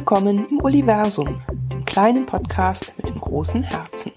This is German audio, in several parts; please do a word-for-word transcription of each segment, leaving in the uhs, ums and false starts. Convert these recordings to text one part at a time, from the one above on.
Willkommen im Universum, dem kleinen Podcast mit dem großen Herzen.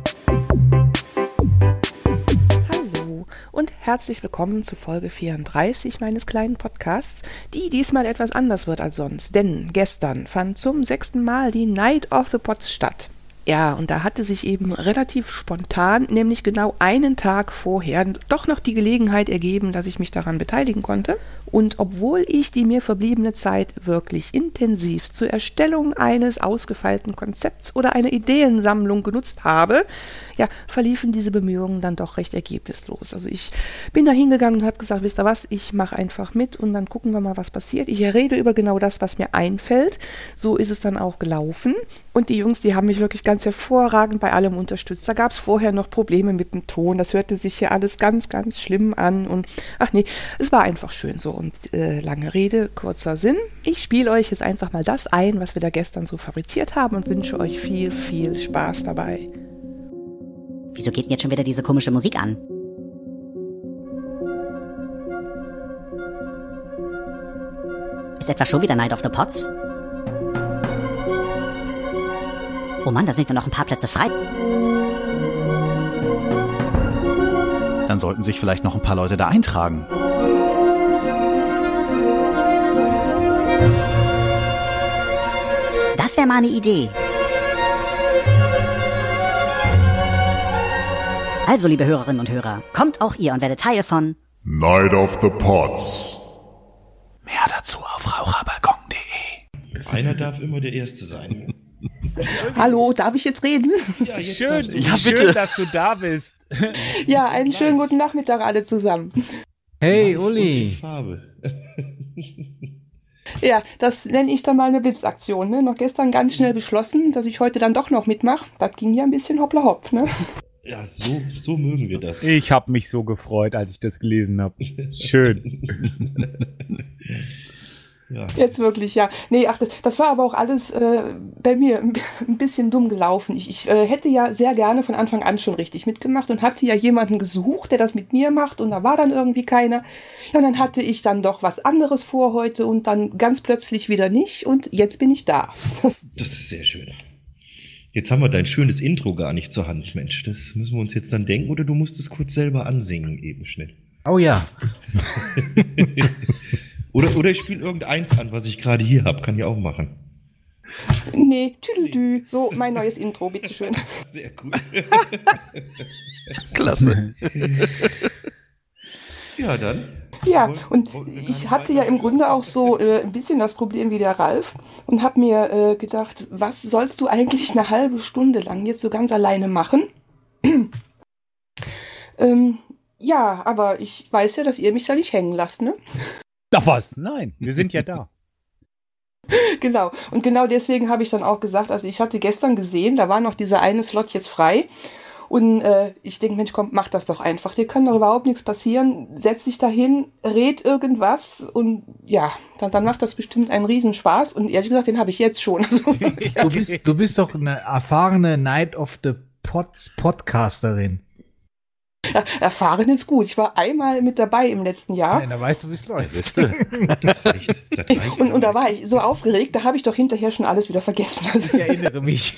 Hallo und herzlich willkommen zu Folge vierunddreißig meines kleinen Podcasts, die diesmal etwas anders wird als sonst, denn gestern fand zum sechsten Mal die Night of the Pots statt. Ja, und da hatte sich eben relativ spontan, nämlich genau einen Tag vorher, doch noch die Gelegenheit ergeben, dass ich mich daran beteiligen konnte. Und obwohl ich die mir verbliebene Zeit wirklich intensiv zur Erstellung eines ausgefeilten Konzepts oder einer Ideensammlung genutzt habe, ja, verliefen diese Bemühungen dann doch recht ergebnislos. Also ich bin da hingegangen und habe gesagt, wisst ihr was, ich mache einfach mit und dann gucken wir mal, was passiert. Ich rede über genau das, was mir einfällt. So ist es dann auch gelaufen. Und die Jungs, die haben mich wirklich ganz hervorragend bei allem unterstützt. Da gab es vorher noch Probleme mit dem Ton. Das hörte sich hier alles ganz, ganz schlimm an. Und ach nee, es war einfach schön so. Und äh, lange Rede, kurzer Sinn. Ich spiele euch jetzt einfach mal das ein, was wir da gestern so fabriziert haben und wünsche euch viel, viel Spaß dabei. Wieso geht denn jetzt schon wieder diese komische Musik an? Ist etwa schon wieder Night of the Pots? Oh Mann, da sind ja noch ein paar Plätze frei. Dann sollten sich vielleicht noch ein paar Leute da eintragen. Das wäre mal eine Idee. Also, liebe Hörerinnen und Hörer, kommt auch ihr und werdet Teil von Night of the Pots. Mehr dazu auf raucherbalkon punkt de. Einer darf immer der Erste sein. Hallo, darf ich jetzt reden? Ja, jetzt Schön, darfst du. ja, schön, dass du da bist. Ja, einen schönen guten Nachmittag alle zusammen. Hey, Live Uli. und in Farbe. Ja, das nenne ich dann mal eine Blitzaktion. Ne? Noch gestern ganz schnell beschlossen, dass ich heute dann doch noch mitmache. Das ging ja ein bisschen hoppla hopp. Ne? Ja, so, so mögen wir das. Ich habe mich so gefreut, als ich das gelesen habe. Schön. Ja. Jetzt wirklich, ja. Nee, ach, das, das war aber auch alles äh, bei mir ein, ein bisschen dumm gelaufen. Ich, ich äh, hätte ja sehr gerne von Anfang an schon richtig mitgemacht und hatte ja jemanden gesucht, der das mit mir macht und da war dann irgendwie keiner. Ja, und dann hatte ich dann doch was anderes vor heute und dann ganz plötzlich wieder nicht und jetzt bin ich da. Das ist sehr schön. Jetzt haben wir dein schönes Intro gar nicht zur Hand, Mensch. Das müssen wir uns jetzt dann denken oder du musst es kurz selber ansingen, eben schnell. Oh ja. Oder, oder ich spiele irgendeins an, was ich gerade hier habe. Kann ich auch machen. Nee, tüdelü. So, mein neues Intro, bitteschön. Sehr gut. Klasse. Ja, dann. Ja, Wollen- und wollten wir gar ich nicht hatte ja im weiter- Grunde auch so äh, ein bisschen das Problem wie der Ralf und habe mir äh, gedacht, was sollst du eigentlich eine halbe Stunde lang jetzt so ganz alleine machen? ähm, ja, aber ich weiß ja, dass ihr mich da nicht hängen lasst, ne? Ach was? Nein, wir sind ja da. Genau. Und genau deswegen habe ich dann auch gesagt, also ich hatte gestern gesehen, da war noch dieser eine Slot jetzt frei. Und äh, ich denke, Mensch, komm, mach das doch einfach. Dir kann doch überhaupt nichts passieren. Setz dich dahin, red irgendwas und ja, dann, dann macht das bestimmt einen Riesenspaß. Und ehrlich gesagt, den habe ich jetzt schon. Also, Du bist, du bist doch eine erfahrene Night of the Pots Podcasterin. ja, erfahren ist gut. Ich war einmal mit dabei im letzten Jahr. Ja, da weißt du, wie es läuft. Siehst du? Das reicht. Das reicht Und, und da aber war ich so aufgeregt, da habe ich doch hinterher schon alles wieder vergessen. Also, Ich erinnere mich.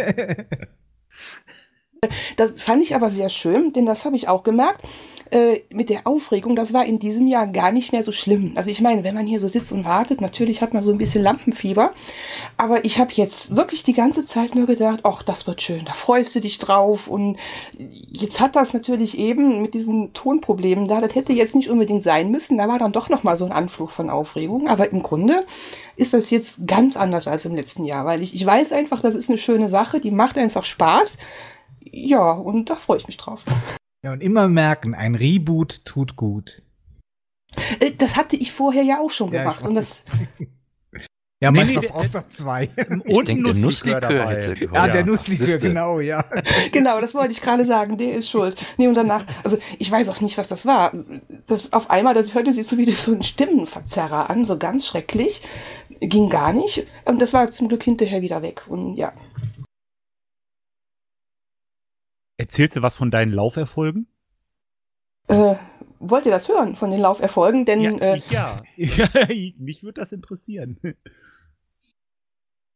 das fand ich aber sehr schön, denn das habe ich auch gemerkt. Äh, mit der Aufregung, das war in diesem Jahr gar nicht mehr so schlimm. Also ich meine, wenn man hier so sitzt und wartet, natürlich hat man so ein bisschen Lampenfieber. Aber ich habe jetzt wirklich die ganze Zeit nur gedacht, ach, das wird schön, da freust du dich drauf. Und jetzt hat das natürlich eben mit diesen Tonproblemen da, das hätte jetzt nicht unbedingt sein müssen. Da war dann doch nochmal so ein Anflug von Aufregung. Aber im Grunde ist das jetzt ganz anders als im letzten Jahr, weil ich, ich weiß einfach, das ist eine schöne Sache, die macht einfach Spaß. Ja, und da freue ich mich drauf. Ja, und immer merken, ein Reboot tut gut. Äh, Das hatte ich vorher ja auch schon Ja, gemacht. ich Und das, Ja, Nee, manchmal nee, braucht es auch zwei. Ich denke, der Nusslikör hätte geholfen. Ja, der Nusslikör, siehste. genau, ja. genau, das wollte ich gerade sagen, der ist schuld. Nee, und danach, also ich weiß auch nicht, was das war. Das auf einmal, das hörte sich so wie so ein Stimmenverzerrer an, so ganz schrecklich. Ging gar nicht. Und das war zum Glück hinterher wieder weg. Und ja. Erzählst du was von deinen Lauferfolgen? Äh, wollt ihr das hören von den Lauferfolgen? Denn Ja, äh, ich ja. Mich würde das interessieren.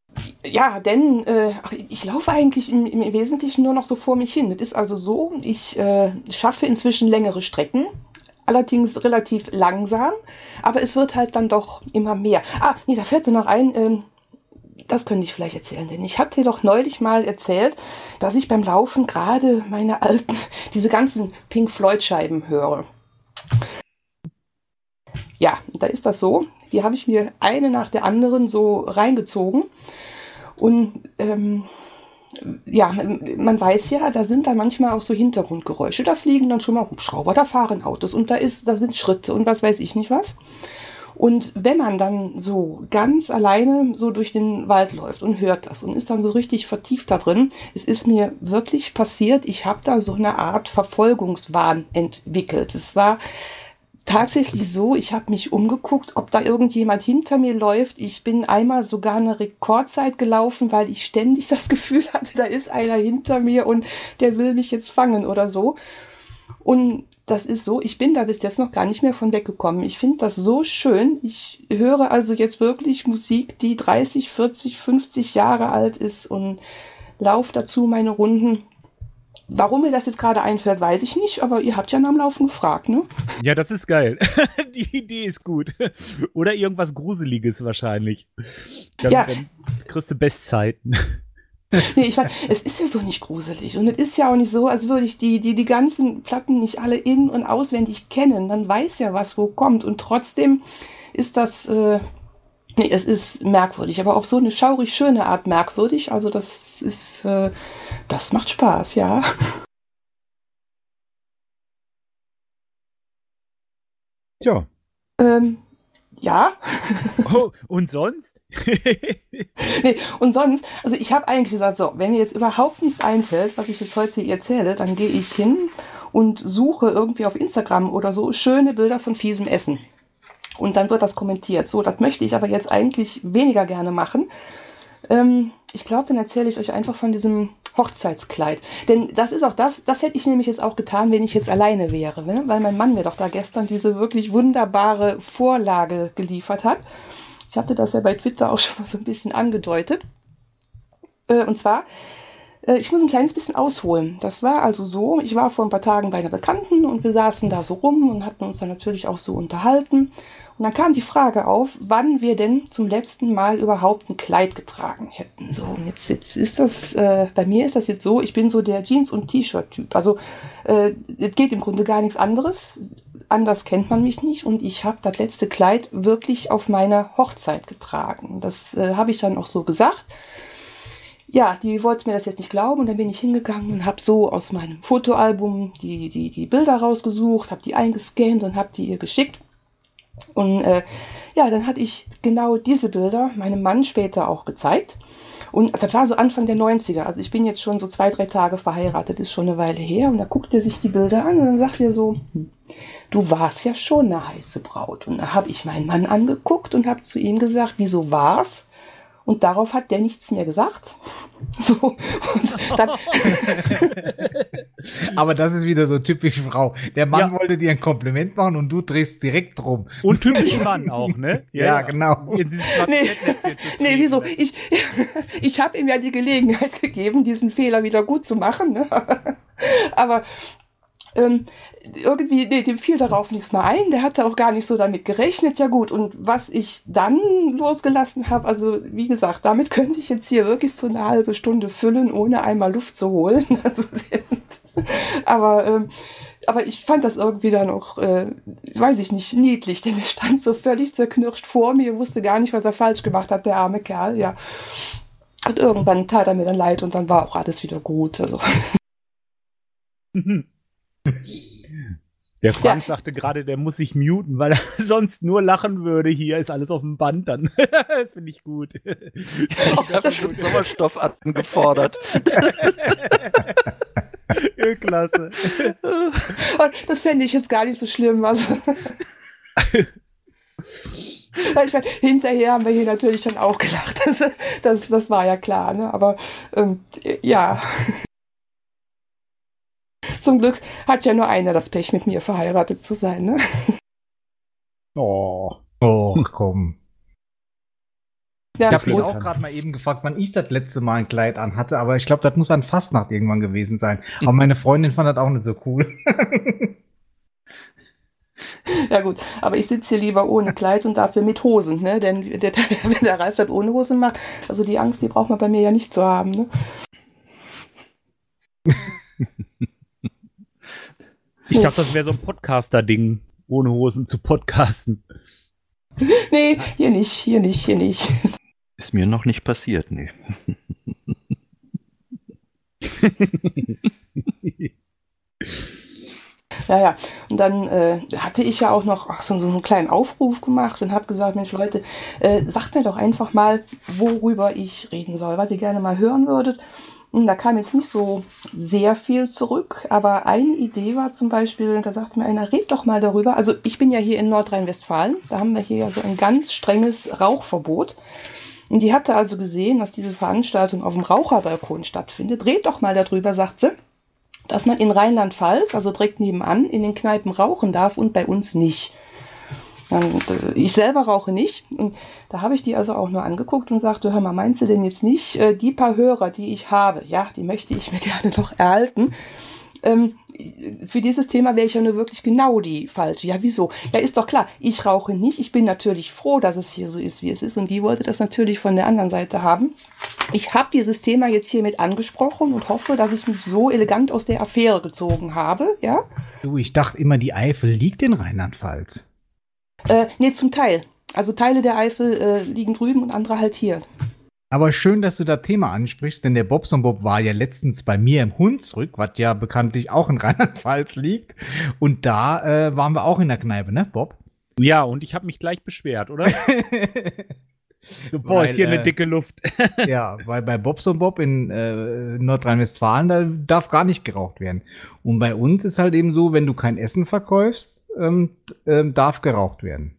Ja, denn äh, ach, ich laufe eigentlich im, im Wesentlichen nur noch so vor mich hin. Das ist also so, ich äh, schaffe inzwischen längere Strecken, allerdings relativ langsam, aber es wird halt dann doch immer mehr. Ah, nee, da fällt mir noch ein, ähm, das könnte ich vielleicht erzählen, denn ich hatte doch neulich mal erzählt, dass ich beim Laufen gerade meine alten, diese ganzen Pink Floyd-Scheiben höre. Ja, da ist das so, die habe ich mir eine nach der anderen so reingezogen. Und ähm, ja, man weiß ja, da sind dann manchmal auch so Hintergrundgeräusche. Da fliegen dann schon mal Hubschrauber, da fahren Autos und da ist, da sind Schritte und was weiß ich nicht was. Und wenn man dann so ganz alleine so durch den Wald läuft und hört das und ist dann so richtig vertieft da drin, es ist mir wirklich passiert, ich habe da so eine Art Verfolgungswahn entwickelt. Es war tatsächlich so, ich habe mich umgeguckt, ob da irgendjemand hinter mir läuft. Ich bin einmal sogar eine Rekordzeit gelaufen, weil ich ständig das Gefühl hatte, da ist einer hinter mir und der will mich jetzt fangen oder so. Und das ist so, ich bin da bis jetzt noch gar nicht mehr von weggekommen. Ich finde das so schön. Ich höre also jetzt wirklich Musik, die dreißig, vierzig, fünfzig Jahre alt ist und laufe dazu meine Runden. Warum mir das jetzt gerade einfällt, weiß ich nicht, aber ihr habt ja nach dem Laufen gefragt, ne? Ja, das ist geil. Die Idee ist gut. Oder irgendwas Gruseliges wahrscheinlich. Dann, ja. Dann kriegst du Bestzeiten. Nee, ich meine, es ist ja so nicht gruselig. Und es ist ja auch nicht so, als würde ich die, die, die ganzen Platten nicht alle in- und auswendig kennen. Man weiß ja, was wo kommt. Und trotzdem ist das... Äh, Nee, es ist merkwürdig, aber auf so eine schaurig schöne Art merkwürdig. Also das ist, äh, das macht Spaß, ja. Tja. Ähm, ja. Oh, und sonst? Nee, und sonst, also ich habe eigentlich gesagt, so, wenn mir jetzt überhaupt nichts einfällt, was ich jetzt heute erzähle, dann gehe ich hin und suche irgendwie auf Instagram oder so schöne Bilder von fiesem Essen. Und dann wird das kommentiert. So, das möchte ich aber jetzt eigentlich weniger gerne machen. Ähm, ich glaube, dann erzähle ich euch einfach von diesem Hochzeitskleid. Denn das ist auch das, das hätte ich nämlich jetzt auch getan, wenn ich jetzt alleine wäre. Ne? Weil mein Mann mir doch da gestern diese wirklich wunderbare Vorlage geliefert hat. Ich hatte das ja bei Twitter auch schon mal so ein bisschen angedeutet. Äh, und zwar... Ich muss ein kleines bisschen ausholen. Das war also so, ich war vor ein paar Tagen bei einer Bekannten und wir saßen da so rum und hatten uns dann natürlich auch so unterhalten. Und dann kam die Frage auf, wann wir denn zum letzten Mal überhaupt ein Kleid getragen hätten. So, und jetzt, jetzt ist das, äh, bei mir ist das jetzt so, ich bin so der Jeans- und T-Shirt-Typ. Also äh, es geht im Grunde gar nichts anderes. Anders kennt man mich nicht und ich habe das letzte Kleid wirklich auf meiner Hochzeit getragen. Das äh, habe ich dann auch so gesagt. Ja, die wollte mir das jetzt nicht glauben und dann bin ich hingegangen und habe so aus meinem Fotoalbum die, die, die Bilder rausgesucht, habe die eingescannt und habe die ihr geschickt. Und äh, ja, dann hatte ich genau diese Bilder meinem Mann später auch gezeigt. Und das war so Anfang der neunziger. Also ich bin jetzt schon so zwei, drei Tage verheiratet, ist schon eine Weile her. Und da guckt er sich die Bilder an und dann sagt er so, hm, du warst ja schon eine heiße Braut. Und da habe ich meinen Mann angeguckt und habe zu ihm gesagt, wieso war's? Und darauf hat der nichts mehr gesagt. So, und dann Aber das ist wieder so typisch Frau. Der Mann Ja. wollte dir ein Kompliment machen und du drehst direkt rum. Und typisch Mann auch, ne? Ja, genau. In dieses Nee, Fettnäpfchen zu nee, treten. wieso? Ich, ich habe ihm ja die Gelegenheit gegeben, diesen Fehler wieder gut zu machen. Ne? Aber ähm, irgendwie, nee, dem fiel darauf nichts mehr ein. Der hatte auch gar nicht so damit gerechnet. Ja gut, und was ich dann losgelassen habe, also wie gesagt, damit könnte ich jetzt hier wirklich so eine halbe Stunde füllen, ohne einmal Luft zu holen. Also, aber, ähm, aber ich fand das irgendwie dann auch, äh, weiß ich nicht, niedlich, denn er stand so völlig zerknirscht vor mir, wusste gar nicht, was er falsch gemacht hat, der arme Kerl, ja. Und irgendwann tat er mir dann leid und dann war auch alles wieder gut. Also. Der Frank Ja. sagte gerade, der muss sich muten, weil er sonst nur lachen würde. Hier ist alles auf dem Band dann. Das finde ich gut. Ich habe schon Sauerstoff angefordert. Ja, klasse. Und das fände ich jetzt gar nicht so schlimm. Also. Ich meine, hinterher haben wir hier natürlich dann auch gelacht. Das, das, das war ja klar, ne? Aber ähm, ja. Zum Glück hat ja nur einer das Pech, mit mir verheiratet zu sein, ne? Oh. Oh, komm. Ja, Ich habe mich gut. auch gerade mal eben gefragt, wann ich das letzte Mal ein Kleid anhatte, aber ich glaube, das muss an Fastnacht irgendwann gewesen sein. Aber meine Freundin fand das auch nicht so cool. Ja gut, aber ich sitze hier lieber ohne Kleid und dafür mit Hosen, ne? Denn der, der, wenn der Ralf das ohne Hosen macht, also die Angst, die braucht man bei mir ja nicht zu haben, ne? Ich dachte, das wäre so ein Podcaster-Ding, ohne Hosen zu podcasten. Nee, hier nicht, hier nicht, hier nicht. Ist mir noch nicht passiert, nee. Ja, ja. Und dann äh, hatte ich ja auch noch ach, so, so einen kleinen Aufruf gemacht und habe gesagt, Mensch Leute, äh, sagt mir doch einfach mal, worüber ich reden soll, was ihr gerne mal hören würdet. Und da kam jetzt nicht so sehr viel zurück, aber eine Idee war zum Beispiel, da sagte mir einer, red doch mal darüber. Also ich bin ja hier in Nordrhein-Westfalen, da haben wir hier ja so ein ganz strenges Rauchverbot. Und die hatte also gesehen, dass diese Veranstaltung auf dem Raucherbalkon stattfindet. Red doch mal darüber, sagt sie, dass man in Rheinland-Pfalz, also direkt nebenan, in den Kneipen rauchen darf und bei uns nicht. Und ich selber rauche nicht. Und da habe ich die also auch nur angeguckt und sagte, hör mal, meinst du denn jetzt nicht, die paar Hörer, die ich habe, ja, die möchte ich mir gerne noch erhalten. Ähm, für dieses Thema wäre ich ja nur wirklich genau die falsche. Ja, wieso? Ja, ist doch klar, ich rauche nicht. Ich bin natürlich froh, dass es hier so ist, wie es ist. Und die wollte das natürlich von der anderen Seite haben. Ich habe dieses Thema jetzt hiermit angesprochen und hoffe, dass ich mich so elegant aus der Affäre gezogen habe. Ja? Du, ich dachte immer, die Eifel liegt in Rheinland-Pfalz. Äh, nee, zum Teil. Also Teile der Eifel äh, liegen drüben und andere halt hier. Aber schön, dass du das Thema ansprichst, denn der Bobson Bob war ja letztens bei mir im Hunsrück, was ja bekanntlich auch in Rheinland-Pfalz liegt. Und da äh, waren wir auch in der Kneipe, ne, Bob? Ja, und ich habe mich gleich beschwert, oder? So, boah, Weil, ist hier äh, eine dicke Luft. Ja, weil bei Bobson Bob in äh, Nordrhein-Westfalen, da darf gar nicht geraucht werden. Und bei uns ist halt eben so, wenn du kein Essen verkaufst, ähm, ähm, darf geraucht werden.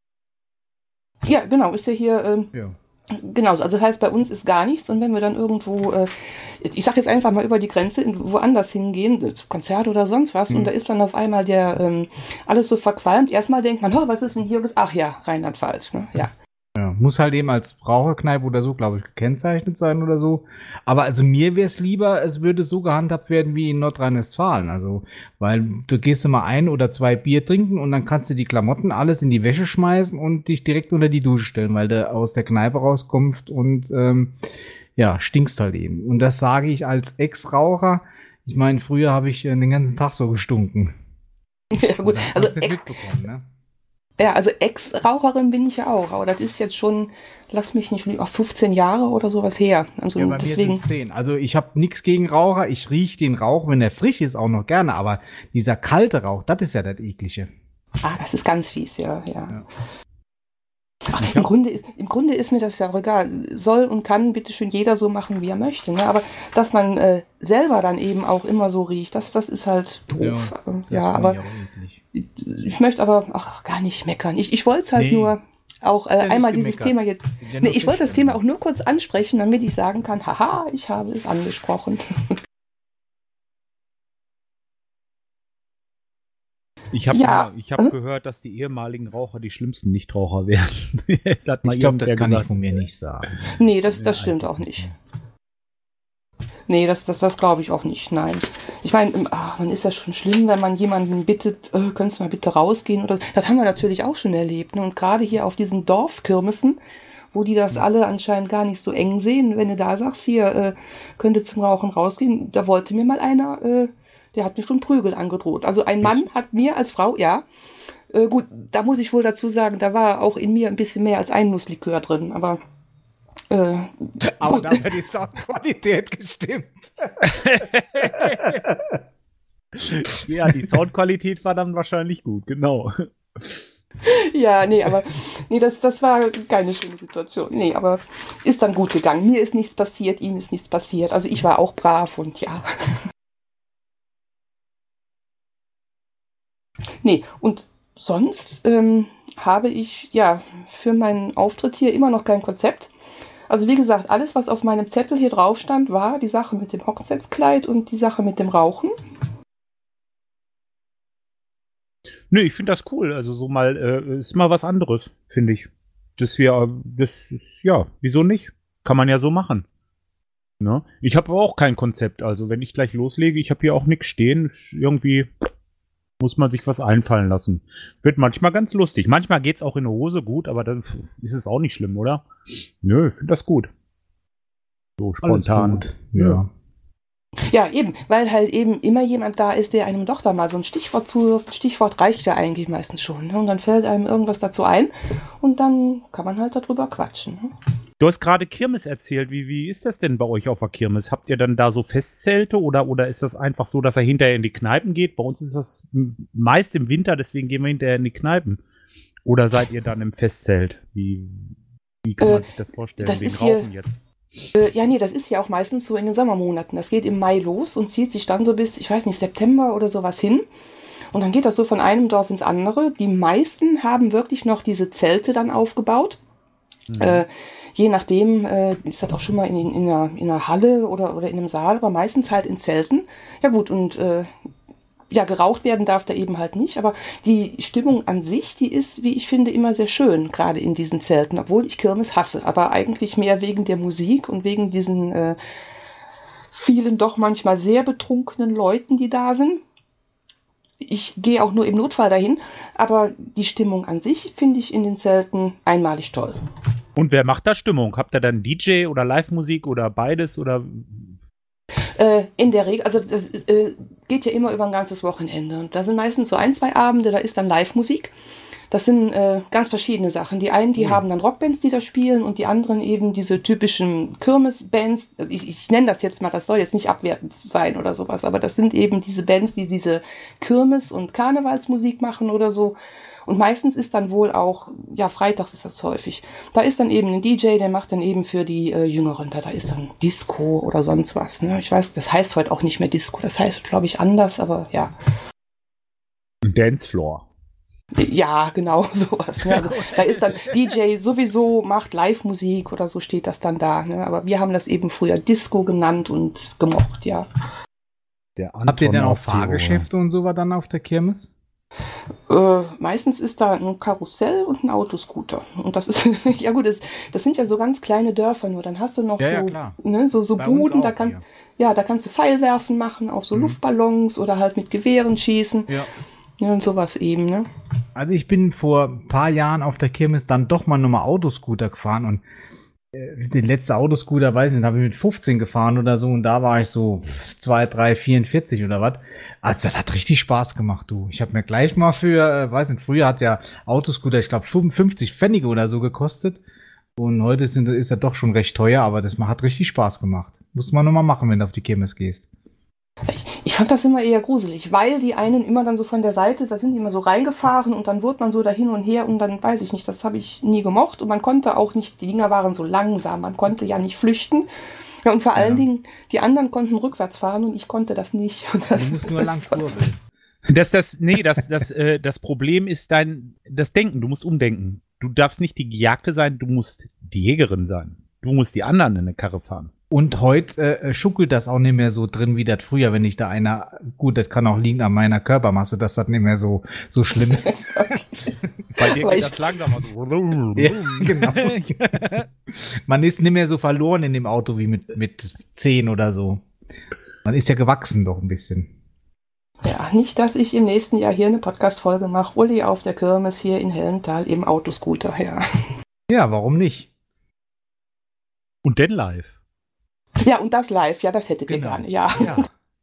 Ja, genau, ist ja hier ähm, Ja. genauso. Also das heißt, bei uns ist gar nichts. Und wenn wir dann irgendwo, äh, ich sag jetzt einfach mal über die Grenze, in- woanders hingehen, zu Konzert oder sonst was, und da ist dann auf einmal der ähm, alles so verqualmt. Erstmal denkt man, oh, was ist denn hier? Ach ja, Rheinland-Pfalz, ne? Ja. Ja, muss halt eben als Raucherkneipe oder so, glaube ich, gekennzeichnet sein oder so. Aber also mir wäre es lieber, es würde so gehandhabt werden wie in Nordrhein-Westfalen. Also, weil du gehst immer ein oder zwei Bier trinken und dann kannst du die Klamotten alles in die Wäsche schmeißen und dich direkt unter die Dusche stellen, weil du aus der Kneipe rauskommst und ähm, ja, stinkst halt eben. Und das sage ich als Ex-Raucher. Ich meine, früher habe ich äh, den ganzen Tag so gestunken. Ja, gut. Das hast Also, du nicht Ex- mitbekommen, ne? ja, also Ex-Raucherin bin ich ja auch, aber das ist jetzt schon, lass mich nicht lügen, auch fünfzehn Jahre oder sowas her. Also Ja, bei deswegen. mir sind zehn. Also ich habe nichts gegen Raucher. Ich rieche den Rauch, wenn er frisch ist, auch noch gerne. Aber dieser kalte Rauch, das ist ja das Eklige. Ah, das ist ganz fies, ja, ja. Ja. Ach, im, Grunde ist, Im Grunde ist mir das ja auch egal. Soll und kann bitteschön jeder so machen, wie er möchte. Ne? Aber dass man äh, selber dann eben auch immer so riecht, das, das ist halt doof. Ja, das ja fand aber ich auch eklig. ich möchte aber ach, gar nicht meckern. Ich, ich wollte es halt Nee. nur auch äh, Ja, nicht einmal dieses gemeckert. Thema jetzt. Ja, Nee, nur ich wollte das feststellen. Thema auch nur kurz ansprechen, damit ich sagen kann, haha, ich habe es angesprochen. Ich habe Ja. ich hab Hm? gehört, dass die ehemaligen Raucher die schlimmsten Nichtraucher wären. Hat mal Ich glaube, das irgendwer kann ich gesagt. von mir nicht sagen. Nee, das, das Ja, stimmt auch eigentlich nicht. Nee, das, das, das glaube ich auch nicht, nein. Ich meine, ähm, ach, man ist ja schon schlimm, wenn man jemanden bittet, äh, könntest du mal bitte rausgehen oder so. Das haben wir natürlich auch schon erlebt. Ne? Und gerade hier auf diesen Dorfkirmessen, wo die das alle anscheinend gar nicht so eng sehen, wenn du da sagst, hier, äh, könnt ihr zum Rauchen rausgehen, da wollte mir mal einer, äh, der hat mir schon Prügel angedroht. Also ein Mann hat mir als Frau, ja, äh, gut, da muss ich wohl dazu sagen, da war auch in mir ein bisschen mehr als ein Nusslikör drin, aber äh, Aber gut. da hat die Soundqualität gestimmt. Ja, die Soundqualität war dann wahrscheinlich gut, genau. Ja, nee, aber nee, das, das war keine schöne Situation. Nee, aber ist dann gut gegangen. Mir ist nichts passiert, ihm ist nichts passiert. Also ich war auch brav und ja. Nee, und sonst ähm, habe ich ja für meinen Auftritt hier immer noch kein Konzept. Also wie gesagt, alles, was auf meinem Zettel hier drauf stand, war die Sache mit dem Hochzeitskleid und die Sache mit dem Rauchen. Nö, ich finde das cool. Also so mal, äh, ist mal was anderes, finde ich. dass wir, das ist, ja, wieso nicht? Kann man ja so machen. Ne? Ich habe aber auch kein Konzept. Also wenn ich gleich loslege, ich habe hier auch nichts stehen. Irgendwie muss man sich was einfallen lassen. Wird manchmal ganz lustig. Manchmal geht's auch in die Hose gut, aber dann ist es auch nicht schlimm, oder? Nö, ich finde das gut. So spontan. Gut. Ja. Ja, eben, weil halt eben immer jemand da ist, der einem doch da mal so ein Stichwort zuwirft. Stichwort reicht ja eigentlich meistens schon. Ne? Und dann fällt einem irgendwas dazu ein und dann kann man halt darüber quatschen. Ne? Du hast gerade Kirmes erzählt. Wie, wie ist das denn bei euch auf der Kirmes? Habt ihr dann da so Festzelte oder, oder ist das einfach so, dass er hinterher in die Kneipen geht? Bei uns ist das meist im Winter, deswegen gehen wir hinterher in die Kneipen. Oder seid ihr dann im Festzelt? Wie, wie kann man Äh, sich das vorstellen? das Wen ist hier- rauchen jetzt? Äh, ja, nee, das ist ja auch meistens so in den Sommermonaten. Das geht im Mai los und zieht sich dann so bis, ich weiß nicht, September oder sowas hin. Und dann geht das so von einem Dorf ins andere. Die meisten haben wirklich noch diese Zelte dann aufgebaut. Mhm. Äh, je nachdem, äh, ist das auch schon mal in, in, einer, in einer Halle oder, oder in einem Saal, aber meistens halt in Zelten. Ja gut, und äh, ja, geraucht werden darf da eben halt nicht, aber die Stimmung an sich, die ist, wie ich finde, immer sehr schön, gerade in diesen Zelten, obwohl ich Kirmes hasse, aber eigentlich mehr wegen der Musik und wegen diesen äh, vielen doch manchmal sehr betrunkenen Leuten, die da sind. Ich gehe auch nur im Notfall dahin, aber die Stimmung an sich finde ich in den Zelten einmalig toll. Und wer macht da Stimmung? Habt ihr dann D J oder Live-Musik oder beides? Oder Äh, in der Regel, also das äh, geht ja immer über ein ganzes Wochenende. Und da sind meistens so ein, zwei Abende, da ist dann Live-Musik. Das sind äh, ganz verschiedene Sachen. Die einen, die Mhm. haben dann Rockbands, die da spielen, und die anderen eben diese typischen Kirmesbands. Also Ich, ich nenne das jetzt mal, das soll jetzt nicht abwertend sein oder sowas, aber das sind eben diese Bands, die diese Kirmes- und Karnevalsmusik machen oder so. Und meistens ist dann wohl auch, ja, freitags ist das häufig. Da ist dann eben ein D J, der macht dann eben für die äh, Jüngeren, da, da ist dann Disco oder sonst was. Ne? Ich weiß, das heißt heute auch nicht mehr Disco, das heißt, glaube ich, anders, aber ja. Dancefloor? Ja, genau, sowas. Ne? Also da ist dann D J sowieso, macht Live-Musik oder so steht das dann da. Ne? Aber wir haben das eben früher Disco genannt und gemocht, ja. Der Habt ihr Anton denn auch auf die Ohren. Fahrgeschäfte und sowas dann auf der Kirmes? Äh, meistens ist da ein Karussell und ein Autoscooter. Und das ist, ja gut, das, das sind ja so ganz kleine Dörfer nur. Dann hast du noch Ja, so, ja, klar. ne, so, so Bei uns Buden, da auch kann, hier. ja, da kannst du Pfeilwerfen machen auf so Mhm. Luftballons oder halt mit Gewehren schießen. Ja. Ja, und sowas eben, ne? Also ich bin vor ein paar Jahren auf der Kirmes dann doch mal nochmal Autoscooter gefahren und äh, den letzten Autoscooter, weiß nicht, habe ich mit fünfzehn gefahren oder so und da war ich so zwei, drei, vierundvierzig oder was. Also das hat richtig Spaß gemacht, du. Ich habe mir gleich mal für, äh, weiß nicht, früher hat ja Autoscooter, ich glaube fünfundfünfzig Pfennige oder so gekostet und heute sind, ist er doch schon recht teuer, aber das hat richtig Spaß gemacht. Muss man nochmal machen, wenn du auf die Kirmes gehst. Ich, ich fand das immer eher gruselig, weil die einen immer dann so von der Seite, da sind die immer so reingefahren und dann wurde man so da hin und her und dann weiß ich nicht, das habe ich nie gemocht und man konnte auch nicht, die Dinger waren so langsam, man konnte ja nicht flüchten. Ja, und vor allen Ja. Dingen, die anderen konnten rückwärts fahren und ich konnte das nicht. Und das, Du musst nur lang das war- kurbeln. Das, das, nee, das, das, äh, das Problem ist dein, das Denken. Du musst umdenken. Du darfst nicht die Gejagte sein, du musst die Jägerin sein. Du musst die anderen in eine Karre fahren. Und heute äh, schuckelt das auch nicht mehr so drin wie das früher, wenn ich da einer, gut, das kann auch liegen an meiner Körpermasse, dass das nicht mehr so, so schlimm ist. Bei dir Aber geht ich- das langsamer so. Ja, genau. Man ist nicht mehr so verloren in dem Auto wie mit, mit zehn oder so. Man ist ja gewachsen doch ein bisschen. Ja, nicht, dass ich im nächsten Jahr hier eine Podcast-Folge mache. Uli auf der Kirmes hier in Hellenthal im Autoscooter, ja. Ja, warum nicht? Und dann live. Ja, und das live, ja, das hättet ihr Genau. gerne, ja. Ja.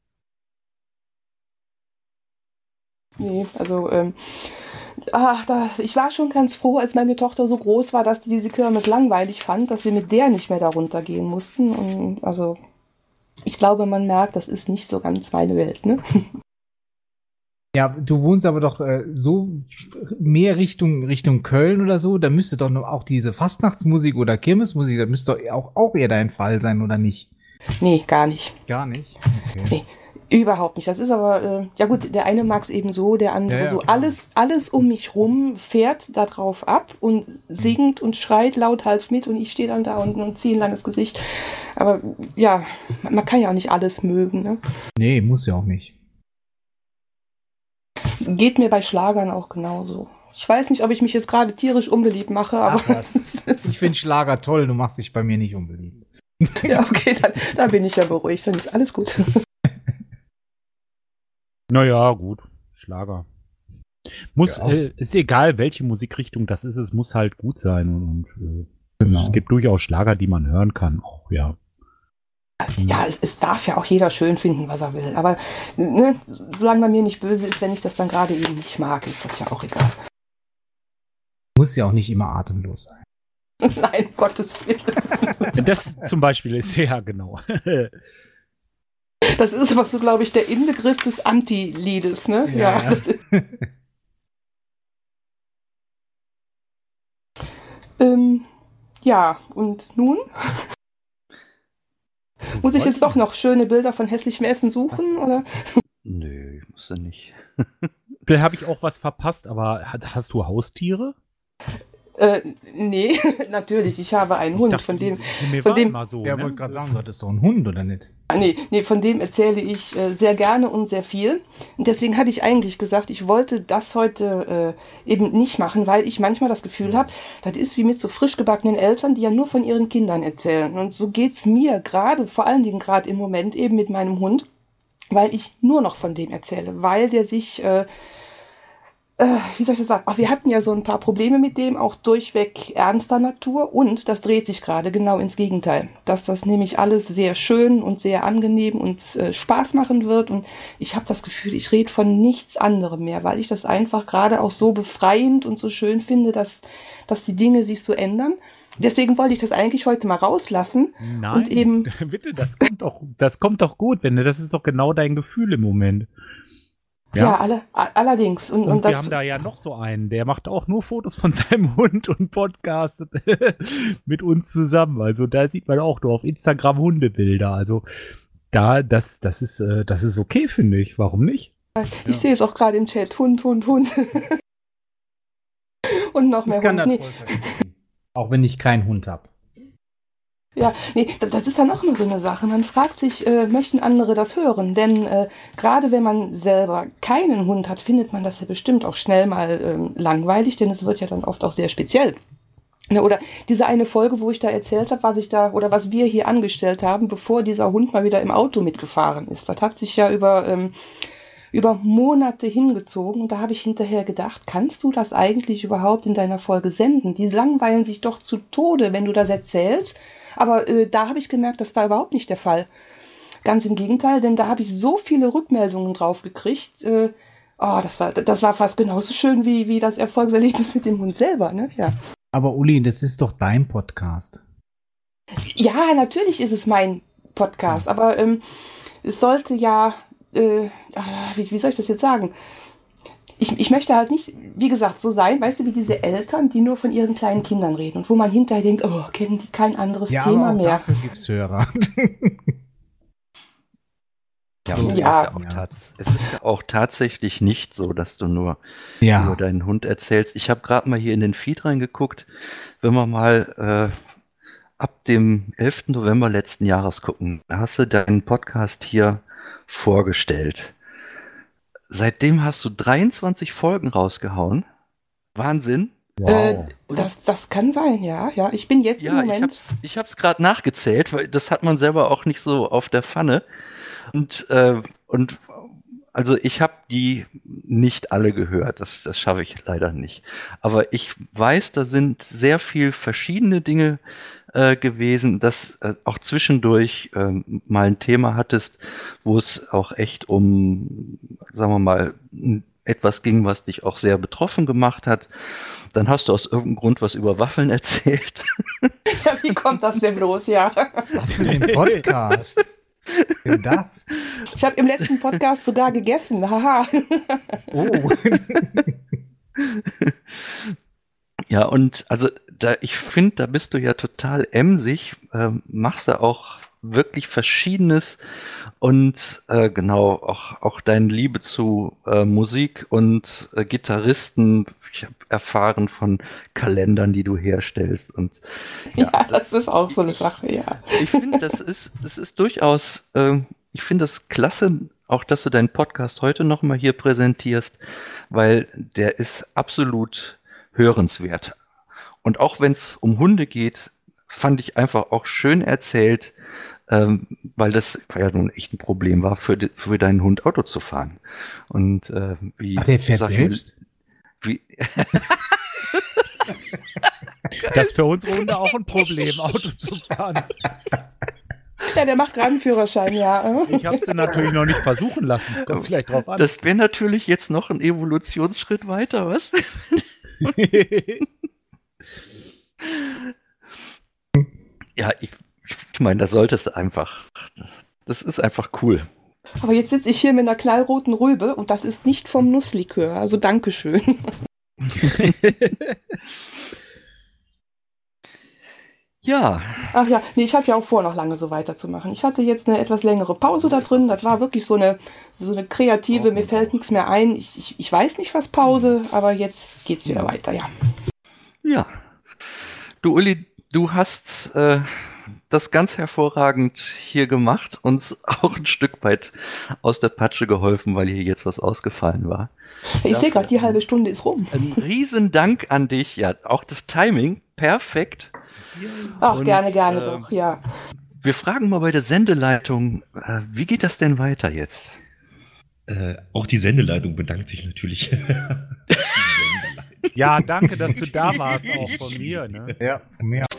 Nee, also, ähm, ach, da, ich war schon ganz froh, als meine Tochter so groß war, dass die diese Kirmes langweilig fand, dass wir mit der nicht mehr darunter gehen mussten. Und also, ich glaube, man merkt, das ist nicht so ganz meine Welt, ne? Ja, du wohnst aber doch äh, so mehr Richtung, Richtung Köln oder so, da müsste doch noch auch diese Fastnachtsmusik oder Kirmesmusik, da müsste doch auch, auch eher dein Fall sein, oder nicht? Nee, gar nicht. Gar nicht? Okay. Nee. Überhaupt nicht. Das ist aber, äh, ja gut, der eine mag es eben so, der andere Ja, ja, so. klar. Alles, alles um mich rum fährt da drauf ab und singt und schreit lauthals mit und ich stehe dann da und, und ziehe ein langes Gesicht. Aber ja, man kann ja auch nicht alles mögen. Ne? Nee, muss ja auch nicht. Geht mir bei Schlagern auch genauso. Ich weiß nicht, ob ich mich jetzt gerade tierisch unbeliebt mache, aber Ach was. Ich finde Schlager toll, du machst dich bei mir nicht unbeliebt. ja, okay, dann, dann bin ich ja beruhigt, dann ist alles gut. Naja, gut. Schlager. Muss, Ja. äh, ist egal, welche Musikrichtung das ist, es muss halt gut sein. Und, und äh, Genau. es gibt durchaus Schlager, die man hören kann. Auch, ja. Ja, es, es darf ja auch jeder schön finden, was er will. Aber ne, solange man mir nicht böse ist, wenn ich das dann gerade eben nicht mag, ist das ja auch egal. Muss ja auch nicht immer atemlos sein. Nein, um Gottes Willen. Das zum Beispiel ist ja genau. Das ist aber so, glaube ich, der Inbegriff des Anti-Liedes, ne? Ja, ja. Das ist, ähm, ja, und nun? Muss ich jetzt doch noch schöne Bilder von hässlichem Essen suchen, oder? Nö, ich musste nicht. Vielleicht habe ich auch was verpasst, aber hast, hast du Haustiere? Äh, nee, natürlich, ich habe einen Hund, dachte, von dem, mir von war dem- immer so. Ja, ne? wollte gerade sagen, du hattest doch einen Hund, oder nicht? ah, nee, nee, von dem erzähle ich äh, sehr gerne und sehr viel. Und deswegen hatte ich eigentlich gesagt, ich wollte das heute äh, eben nicht machen, weil ich manchmal das Gefühl habe, das ist wie mit so frisch gebackenen Eltern, die ja nur von ihren Kindern erzählen. Und so geht's mir gerade, vor allen Dingen gerade im Moment eben mit meinem Hund, weil ich nur noch von dem erzähle, weil der sich... Äh, Äh, wie soll ich das sagen? Ach, wir hatten ja so ein paar Probleme mit dem, auch durchweg ernster Natur, und das dreht sich gerade genau ins Gegenteil. Dass das nämlich alles sehr schön und sehr angenehm und äh, Spaß machen wird, und ich habe das Gefühl, ich rede von nichts anderem mehr, weil ich das einfach gerade auch so befreiend und so schön finde, dass, dass die Dinge sich so ändern. Deswegen wollte ich das eigentlich heute mal rauslassen. Nein, Und eben- bitte, das kommt doch, das kommt doch gut, wenn das ist doch genau dein Gefühl im Moment. Ja, alle, a- allerdings. Und, Und, und wir das, haben da ja noch so einen, der macht auch nur Fotos von seinem Hund und podcastet mit uns zusammen. Also da sieht man auch nur auf Instagram Hundebilder. Also da, das, das ist, äh, das ist okay, finde ich. Warum nicht? ich sehe es auch gerade im Chat. Hund, Hund, Hund. Und noch mehr Ich kann Hund. das Nee. voll verstehen. Auch wenn ich keinen Hund habe. Ja, nee, da- das ist dann auch immer so eine Sache. Man fragt sich, äh, möchten andere das hören? Denn äh, gerade wenn man selber keinen Hund hat, findet man das ja bestimmt auch schnell mal ähm, langweilig, denn es wird ja dann oft auch sehr speziell. Ne, oder diese eine Folge, wo ich da erzählt habe, was ich da oder was wir hier angestellt haben, bevor dieser Hund mal wieder im Auto mitgefahren ist. Das hat sich ja über ähm, über Monate hingezogen, und da habe ich hinterher gedacht, kannst du das eigentlich überhaupt in deiner Folge senden? Die langweilen sich doch zu Tode, wenn du das erzählst. Aber äh, da habe ich gemerkt, das war überhaupt nicht der Fall. Ganz im Gegenteil, denn da habe ich so viele Rückmeldungen drauf gekriegt. Äh, oh, das war, das war fast genauso schön wie, wie das Erfolgserlebnis mit dem Hund selber, ne? Ja. Aber Uli, das ist doch dein Podcast. Ja, natürlich ist es mein Podcast, aber ähm, es sollte ja, äh, ah, wie, wie soll ich das jetzt sagen? Ich, ich möchte halt nicht, wie gesagt, so sein, weißt du, wie diese Eltern, die nur von ihren kleinen Kindern reden und wo man hinterher denkt, oh, kennen die kein anderes Ja, Thema aber auch mehr. dafür gibt's Hörer. Ja, So, und es, Ja. Ist ja auch tats- es ist ja auch tatsächlich nicht so, dass du nur Ja. über deinen Hund erzählst. Ich habe gerade mal hier in den Feed reingeguckt. Wenn wir mal äh, ab dem elften November letzten Jahres gucken, da hast du deinen Podcast hier vorgestellt. Seitdem hast du dreiundzwanzig Folgen rausgehauen. Wahnsinn. Äh, das, das kann sein, ja. Ja, ich bin jetzt im Ja, ich Moment. hab's, ich hab's gerade nachgezählt, weil das hat man selber auch nicht so auf der Pfanne. Und, äh, und also ich habe die nicht alle gehört, das, das schaffe ich leider nicht. Aber ich weiß, da sind sehr viel verschiedene Dinge äh, gewesen, dass äh, auch zwischendurch äh, mal ein Thema hattest, wo es auch echt um, sagen wir mal, etwas ging, was dich auch sehr betroffen gemacht hat. Dann hast du aus irgendeinem Grund was über Waffeln erzählt. Ja, wie kommt das denn bloß, ja? Für den Podcast. Denn das? Ich habe im letzten Podcast sogar gegessen, haha. Oh. Ja, und also da, ich finde, da bist du ja total emsig, ähm, machst da auch wirklich Verschiedenes und äh, genau, auch, auch deine Liebe zu äh, Musik und äh, Gitarristen. Ich habe erfahren von Kalendern, die du herstellst. Und Ja, das ist auch so eine Sache, ja. ich finde, das ist, das ist durchaus, ähm, ich finde das klasse, auch, dass du deinen Podcast heute nochmal hier präsentierst, weil der ist absolut hörenswert. Und auch wenn es um Hunde geht, fand ich einfach auch schön erzählt, ähm, weil das ja nun echt ein Problem war, für, de, für deinen Hund Auto zu fahren. Und äh, wie... Ach, der fährt sag ich, selbst? Wie, Das ist für unsere Hunde auch ein Problem, Auto zu fahren. Ja, der macht gerade einen Führerschein, ja. Ich habe sie natürlich noch nicht versuchen lassen. Kommt vielleicht drauf an. das wäre natürlich jetzt noch ein Evolutionsschritt weiter, was? Ja, ich, ich meine, da solltest du einfach, das, das ist einfach cool. Aber jetzt sitze ich hier mit einer knallroten Rübe und das ist nicht vom Nusslikör, also Dankeschön. Ja, Ach ja, nee, ich habe ja auch vor, noch lange so weiterzumachen. Ich hatte jetzt eine etwas längere Pause da drin. Das war wirklich so eine, so eine kreative, mir fällt nichts mehr ein. Ich, ich, ich weiß nicht, was Pause, aber jetzt geht's wieder weiter, ja. ja. Du, Uli, du hast äh, das ganz hervorragend hier gemacht, uns auch ein Stück weit aus der Patsche geholfen, weil hier jetzt was ausgefallen war. Ich sehe gerade, die halbe Stunde ist rum. Ein Riesendank an dich, ja, auch das Timing, perfekt. Ach, Und, gerne, gerne äh, doch, ja. Wir fragen mal bei der Sendeleitung, äh, wie geht das denn weiter jetzt? Äh, auch die Sendeleitung bedankt sich natürlich. Ja, danke, dass du da warst, auch von mir. Ne? Ja, von mir.